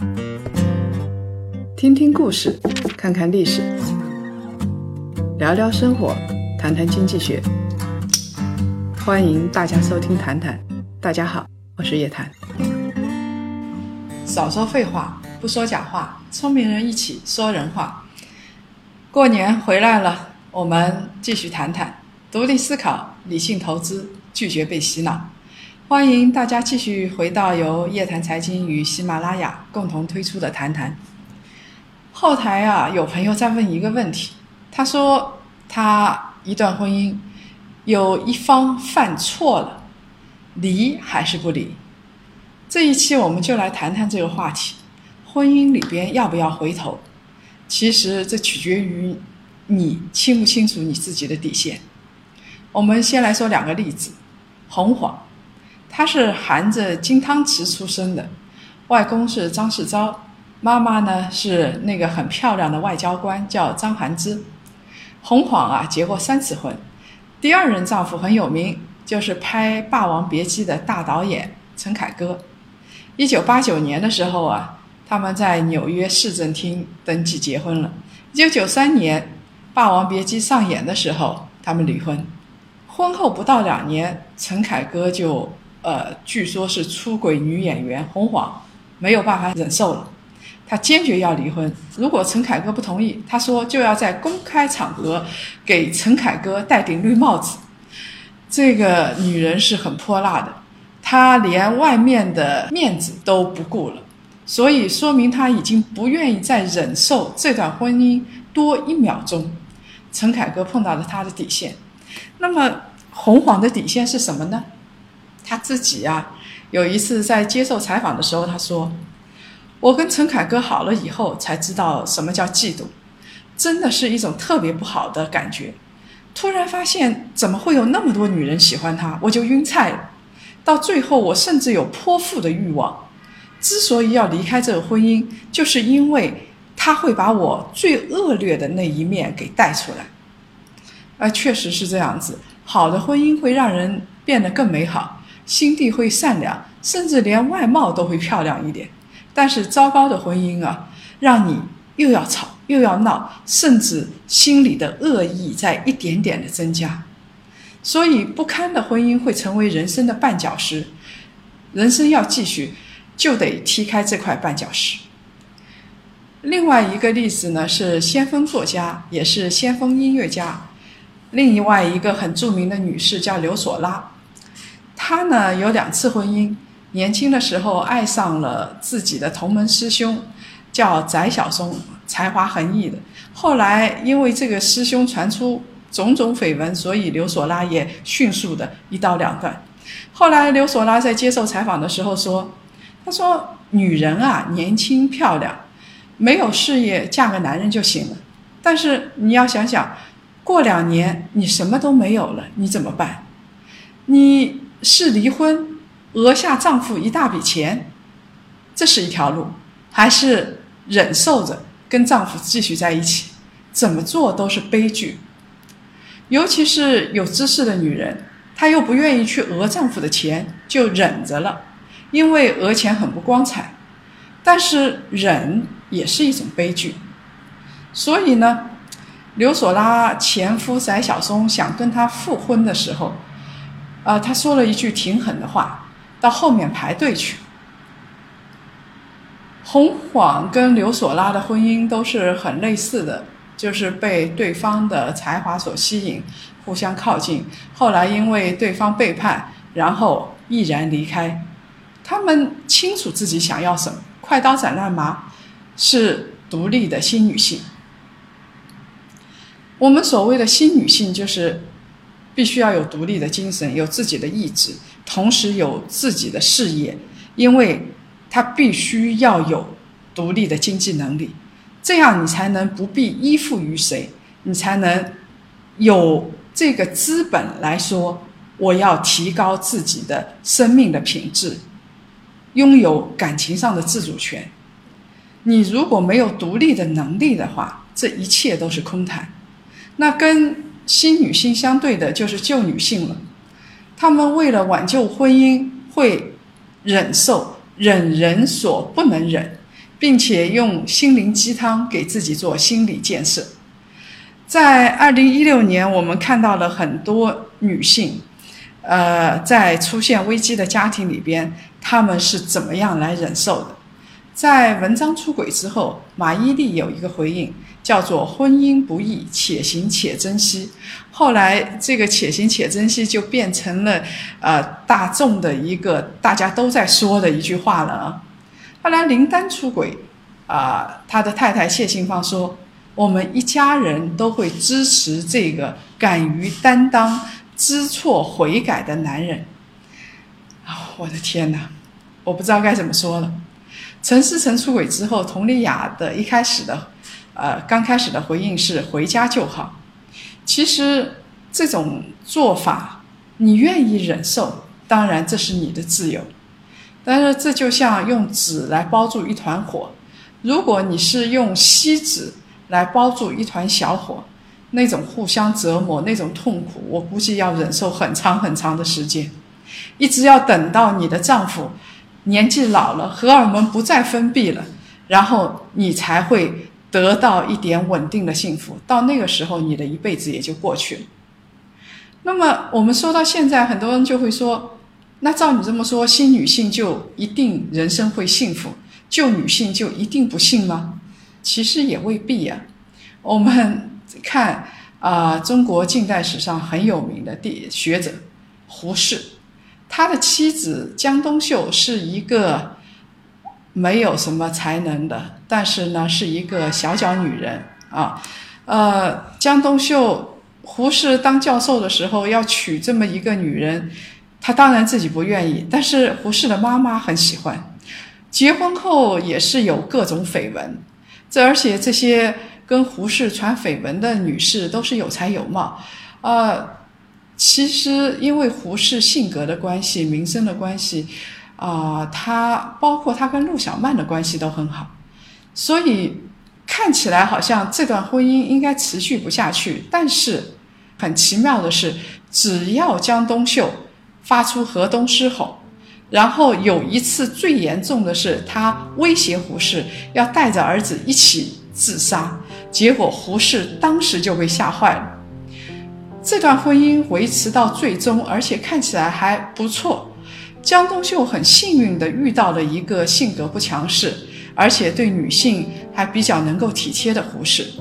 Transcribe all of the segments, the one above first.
听听故事，看看历史，聊聊生活，谈谈经济学。欢迎大家收听谈谈。大家好，我是叶檀。少说废话，不说假话，聪明人一起说人话。过年回来了，我们继续谈谈独立思考、理性投资，拒绝被洗脑。欢迎大家继续回到由叶檀财经与喜马拉雅共同推出的谈谈。后台有朋友在问一个问题，他说他一段婚姻有一方犯错了，离还是不离？这一期我们就来谈谈这个话题，婚姻里边要不要回头？其实这取决于你清不清楚你自己的底线。我们先来说两个例子。洪晃，他是含着金汤匙出生的，外公是张世钊，妈妈呢是那个很漂亮的外交官，叫张涵之。洪晃结过3次婚，第二任丈夫很有名，就是拍《霸王别姬》的大导演陈凯歌。1989年的时候他们在纽约市政厅登记结婚了。1993年《霸王别姬》上演的时候，他们离婚。婚后不到2年，陈凯歌就据说是出轨女演员洪晃，没有办法忍受了，他坚决要离婚。如果陈凯歌不同意，他说就要在公开场合给陈凯歌戴顶绿帽子。这个女人是很泼辣的，她连外面的面子都不顾了，所以说明她已经不愿意再忍受这段婚姻多1秒钟。陈凯歌碰到了他的底线。那么洪晃的底线是什么呢？他自己有一次在接受采访的时候，他说，我跟陈凯歌好了以后才知道什么叫嫉妒，真的是一种特别不好的感觉。突然发现怎么会有那么多女人喜欢他，我就晕菜了。到最后我甚至有泼妇的欲望。之所以要离开这个婚姻，就是因为他会把我最恶劣的那一面给带出来。确实是这样子，好的婚姻会让人变得更美好，心地会善良，甚至连外貌都会漂亮一点。但是糟糕的婚姻让你又要吵又要闹，甚至心里的恶意在一点点的增加。所以不堪的婚姻会成为人生的绊脚石，人生要继续就得踢开这块绊脚石。另外一个例子呢，是先锋作家，也是先锋音乐家，另外一个很著名的女士叫刘索拉。她呢有2次婚姻，年轻的时候爱上了自己的同门师兄，叫翟晓松，才华横溢的。后来因为这个师兄传出种种绯闻，所以刘索拉也迅速的一刀两断。后来刘索拉在接受采访的时候说，她说女人年轻漂亮，没有事业嫁个男人就行了，但是你要想想，过2年你什么都没有了，你怎么办？你是离婚讹下丈夫一大笔钱，这是一条路，还是忍受着跟丈夫继续在一起？怎么做都是悲剧。尤其是有知识的女人，她又不愿意去讹丈夫的钱，就忍着了，因为讹钱很不光彩。但是忍也是一种悲剧。所以呢，刘索拉前夫翟晓松想跟她复婚的时候，他说了一句挺狠的话，到后面排队去。洪晃跟刘索拉的婚姻都是很类似的，就是被对方的才华所吸引，互相靠近，后来因为对方背叛，然后毅然离开。他们清楚自己想要什么，快刀斩乱麻，是独立的新女性。我们所谓的新女性，就是必须要有独立的精神，有自己的意志，同时有自己的事业，因为她必须要有独立的经济能力，这样你才能不必依附于谁，你才能有这个资本来说，我要提高自己的生命的品质，拥有感情上的自主权。你如果没有独立的能力的话，这一切都是空谈。那跟新女性相对的就是旧女性了，她们为了挽救婚姻会忍受忍人所不能忍， 并且用心灵鸡汤给自己做心理建设。在2016年，我们看到了很多女性，在出现危机的家庭里边，她们是怎么样来忍受的。在文章出轨之后，马伊琍有一个回应，叫做婚姻不易，且行且珍惜。后来这个且行且珍惜就变成了大众的一个大家都在说的一句话了啊。后来林丹出轨他的太太谢杏芳说，我们一家人都会支持这个敢于担当、知错悔改的男人。我的天哪，我不知道该怎么说了。陈思诚出轨之后，佟丽娅的刚开始的回应是回家就好。其实这种做法你愿意忍受，当然这是你的自由，但是这就像用纸来包住一团火，如果你是用锡纸来包住一团小火，那种互相折磨，那种痛苦，我估计要忍受很长很长的时间，一直要等到你的丈夫年纪老了，荷尔蒙不再分泌了，然后你才会得到一点稳定的幸福，到那个时候你的一辈子也就过去了。那么我们说到现在，很多人就会说，那照你这么说，新女性就一定人生会幸福，旧女性就一定不幸吗？其实也未必啊。我们看中国近代史上很有名的学者胡适，他的妻子江冬秀是一个没有什么才能的，但是呢是一个小脚女人啊。江冬秀，胡适当教授的时候要娶这么一个女人，他当然自己不愿意，但是胡适的妈妈很喜欢。结婚后也是有各种绯闻，而且这些跟胡适传绯闻的女士都是有才有貌。其实因为胡适性格的关系、名声的关系包括他跟陆小曼的关系都很好，所以看起来好像这段婚姻应该持续不下去。但是很奇妙的是，只要江冬秀发出河东狮吼，然后有一次最严重的是他威胁胡适要带着儿子一起自杀，结果胡适当时就被吓坏了。这段婚姻维持到最终，而且看起来还不错。江冬秀很幸运地遇到了一个性格不强势，而且对女性还比较能够体贴的胡适。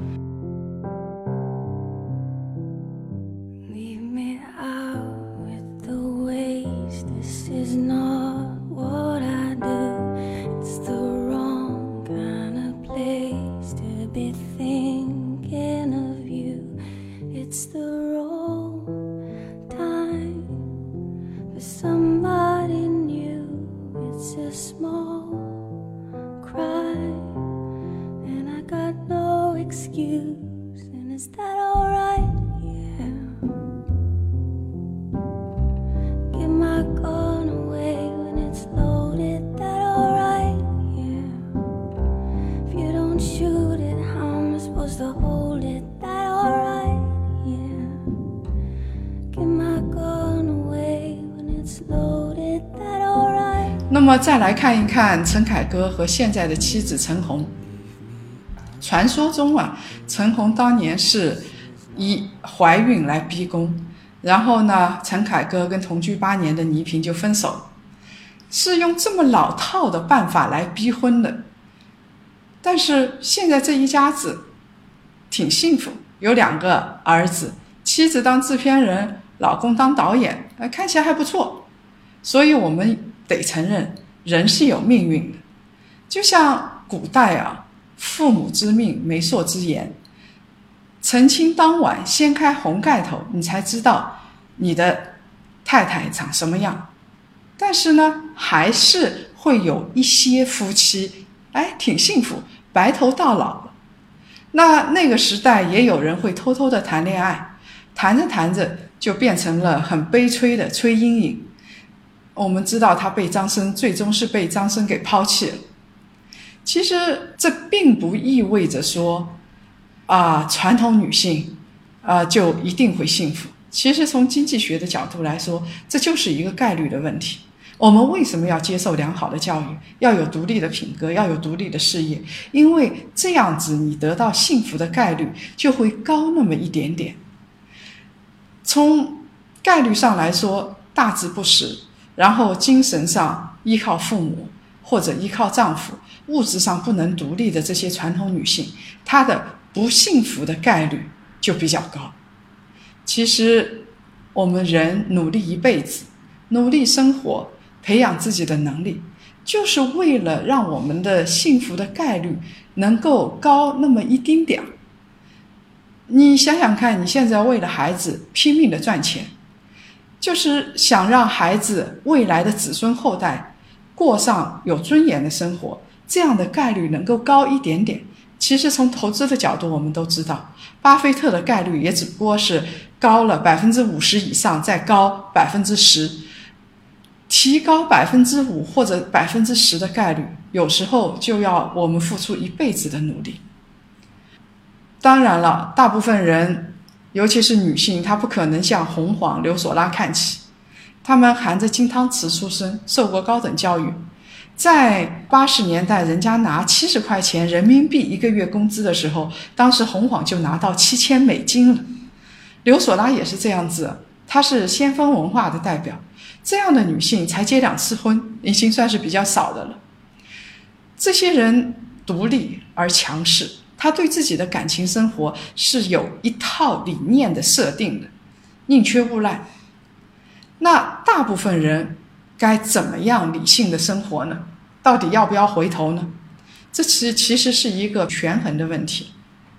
那么再来看一看陈凯歌和现在的妻子陈红。传说中陈红当年是以怀孕来逼宫，然后呢，陈凯歌跟同居8年的倪萍就分手了，是用这么老套的办法来逼婚的。但是现在这一家子挺幸福，有2个儿子，妻子当制片人，老公当导演，看起来还不错。所以我们得承认，人是有命运的。就像古代父母之命，媒妁之言，成亲当晚掀开红盖头，你才知道你的太太长什么样。但是呢，还是会有一些夫妻挺幸福，白头到老了。那个时代也有人会偷偷的谈恋爱，谈着谈着就变成了很悲催的崔莺莺。我们知道她被张生，最终是被张生给抛弃了。其实这并不意味着说传统女性就一定会幸福。其实从经济学的角度来说，这就是一个概率的问题。 我们为什么要接受良好的教育，要有独立的品格，要有独立的事业？因为这样子你得到幸福的概率就会高那么一点点。从概率上来说，大字不识，然后精神上依靠父母或者依靠丈夫，物质上不能独立的这些传统女性，她的不幸福的概率就比较高。其实我们人努力一辈子，努力生活，培养自己的能力，就是为了让我们的幸福的概率能够高那么一丁点儿。你想想看，你现在为了孩子拼命的赚钱，就是想让孩子未来的子孙后代过上有尊严的生活，这样的概率能够高一点点。其实从投资的角度我们都知道，巴菲特的概率也只不过是高了 50% 以上，再高 10%， 提高 5% 或者 10% 的概率，有时候就要我们付出一辈子的努力。当然了，大部分人尤其是女性，她不可能像红黄刘索拉看齐，她们含着金汤匙出生，受过高等教育。在80年代人家拿70块钱人民币一个月工资的时候，当时红黄就拿到$7000了。刘索拉也是这样子，她是先锋文化的代表，这样的女性才结2次婚，已经算是比较少的了。这些人独立而强势，她对自己的感情生活是有一套理念的设定的，宁缺毋滥。那大部分人该怎么样理性的生活呢？到底要不要回头呢？这其实是一个权衡的问题。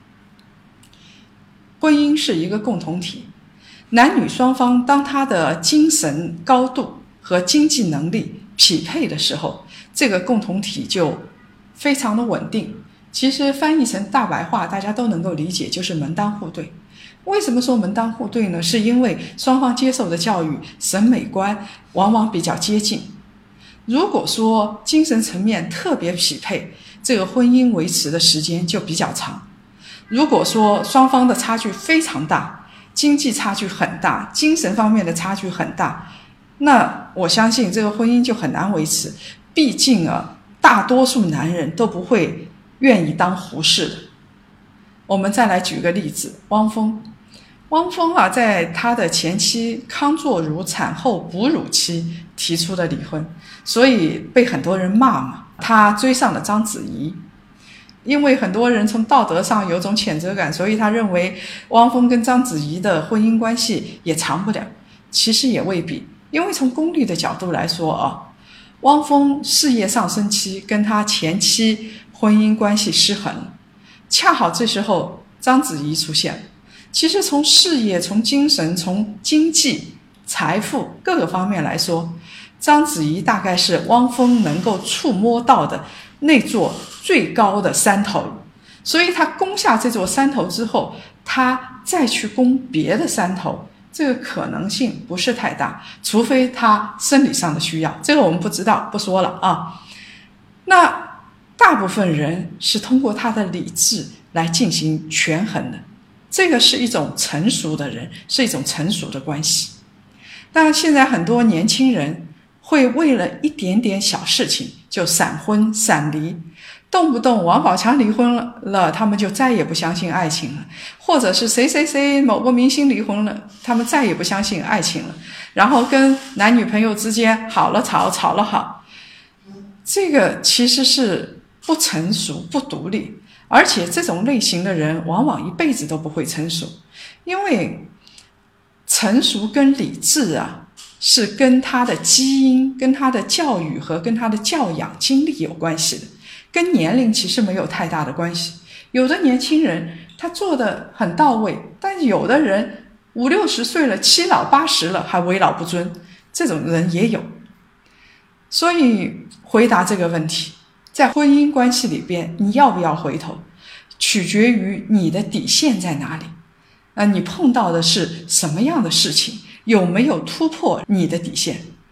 婚姻是一个共同体，男女双方当他的精神高度和经济能力匹配的时候，这个共同体就非常的稳定。其实翻译成大白话大家都能够理解，就是门当户对。为什么说门当户对呢？是因为双方接受的教育、审美观往往比较接近。如果说精神层面特别匹配，这个婚姻维持的时间就比较长。如果说双方的差距非常大，经济差距很大，精神方面的差距很大，那我相信这个婚姻就很难维持。毕竟大多数男人都不会愿意当胡适的。我们再来举个例子，汪峰在他的前妻康作如产后哺乳期提出的离婚，所以被很多人骂嘛。他追上了章子怡，因为很多人从道德上有种谴责感，所以他认为汪峰跟章子怡的婚姻关系也长不了。其实也未必，因为从功利的角度来说汪峰事业上升期跟他前妻婚姻关系失衡了，恰好这时候章子怡出现了。其实从事业、从精神、从经济、财富各个方面来说，章子怡大概是汪峰能够触摸到的那座最高的山头，所以他攻下这座山头之后，他再去攻别的山头，这个可能性不是太大，除非他生理上的需要，这个我们不知道，不说了啊。那大部分人是通过他的理智来进行权衡的，这个是一种成熟的人，是一种成熟的关系。但现在很多年轻人会为了一点点小事情就闪婚闪离，动不动王宝强离婚了，他们就再也不相信爱情了，或者是谁某个明星离婚了，他们再也不相信爱情了，然后跟男女朋友之间好了吵，吵了好。这个其实是不成熟、不独立，而且这种类型的人往往一辈子都不会成熟。因为成熟跟理智是跟他的基因、跟他的教育和跟他的教养经历有关系的，跟年龄其实没有太大的关系。有的年轻人他做得很到位，但有的人50、60岁了，七老八十了还为老不尊，这种人也有。所以回答这个问题，在婚姻关系里边你要不要回头，取决于你的底线在哪里。你碰到的是什么样的事情，有没有突破你的底线。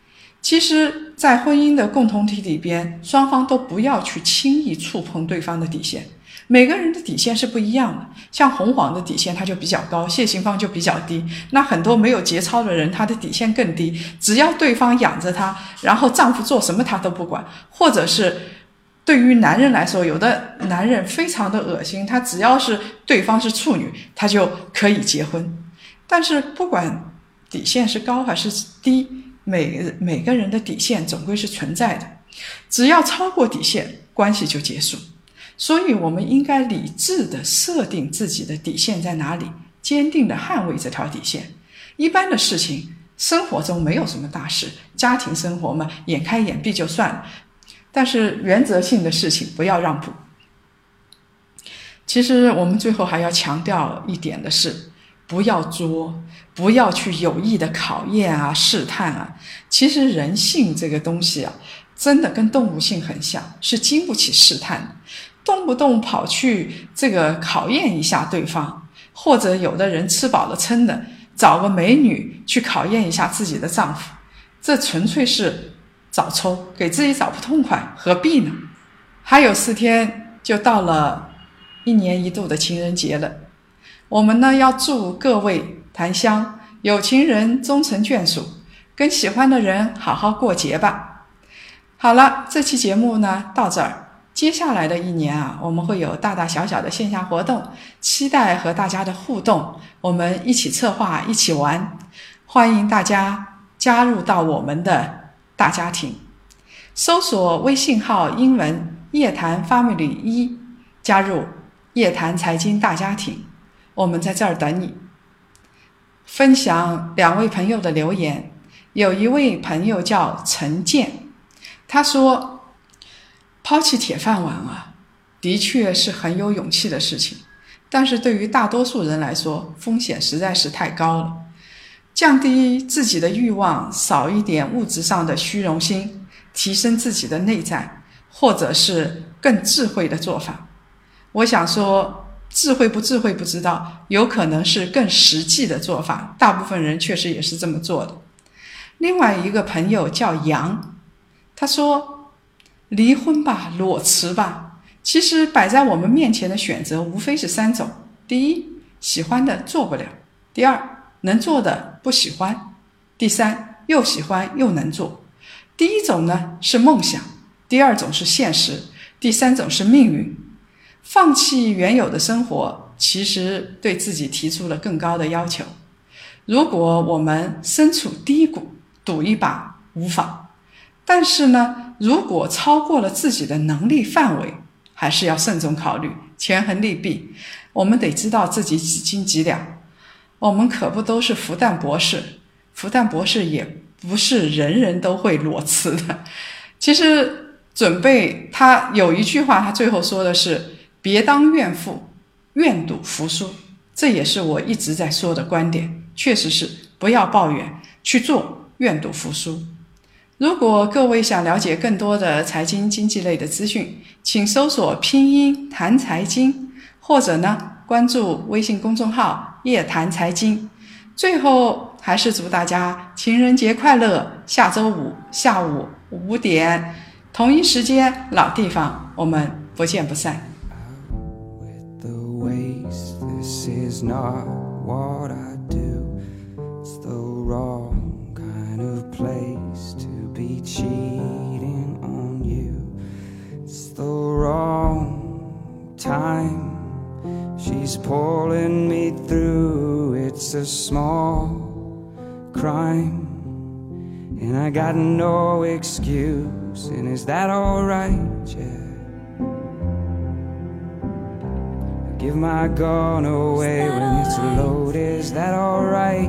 其实在婚姻的共同体里边，双方都不要去轻易触碰对方的底线。每个人的底线是不一样的，像洪晃的底线他就比较高，谢杏芳就比较低。那很多没有节操的人，他的底线更低，只要对方养着他，然后丈夫做什么他都不管。或者是对于男人来说，有的男人非常的恶心，他只要是对方是处女，他就可以结婚。但是不管底线是高还是低，每个人的底线总归是存在的，只要超过底线，关系就结束。所以我们应该理智地设定自己的底线在哪里，坚定地捍卫这条底线。一般的事情，生活中没有什么大事，家庭生活嘛，眼开眼闭就算了。但是原则性的事情不要让步。其实我们最后还要强调一点的是，不要作，不要去有意的考验啊、试探啊。其实人性这个东西啊，真的跟动物性很像，是经不起试探的。动不动跑去这个考验一下对方，或者有的人吃饱了撑的找个美女去考验一下自己的丈夫，这纯粹是找抽，给自己找不痛快，何必呢？还有4天就到了1年1度的情人节了，我们呢要祝各位檀香有情人终成眷属，跟喜欢的人好好过节吧。好了，这期节目呢到这儿。接下来的1年啊，我们会有大大小小的线下活动，期待和大家的互动，我们一起策划，一起玩，欢迎大家加入到我们的大家庭。搜索微信号英文夜谈 Family 1，加入夜谈财经大家庭，我们在这儿等你。分享2位朋友的留言，有一位朋友叫陈建，他说抛弃铁饭碗啊，的确是很有勇气的事情，但是对于大多数人来说，风险实在是太高了。降低自己的欲望，少一点物质上的虚荣心，提升自己的内在，或者是更智慧的做法。我想说，智慧不智慧不知道，有可能是更实际的做法，大部分人确实也是这么做的。另外一个朋友叫杨，他说离婚吧，裸辞吧，其实摆在我们面前的选择无非是3种。第一，喜欢的做不了；第二，能做的不喜欢；第三，又喜欢又能做。第一种呢是梦想，第二种是现实，第三种是命运。放弃原有的生活，其实对自己提出了更高的要求。如果我们身处低谷，赌一把无妨，但是呢，如果超过了自己的能力范围，还是要慎重考虑，权衡利弊。我们得知道自己几斤几两。我们可不都是复旦博士，复旦博士也不是人人都会裸辞的。其实他有一句话，他最后说的是别当怨妇，愿赌服输。这也是我一直在说的观点，确实是不要抱怨，去做，愿赌服输。如果各位想了解更多的财经经济类的资讯，请搜索拼音谈财经，或者呢关注微信公众号夜谈财经。最后还是祝大家情人节快乐，下周5下午5点同一时间老地方，我们不见不散。 Be cheating on you. It's the wrong time. She's pulling me through. It's a small crime, and I got no excuse. And is that alright? Yeah. I give my gun away when it's loaded. Is that alright?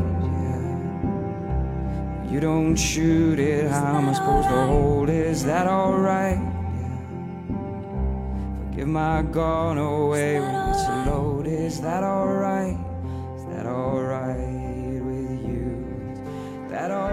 You don't shoot it, how am I supposed to hold it? Is that alright? Yeah. Give my gun away when it's loaded. Is that alright? Is that alright with you? Is that alright?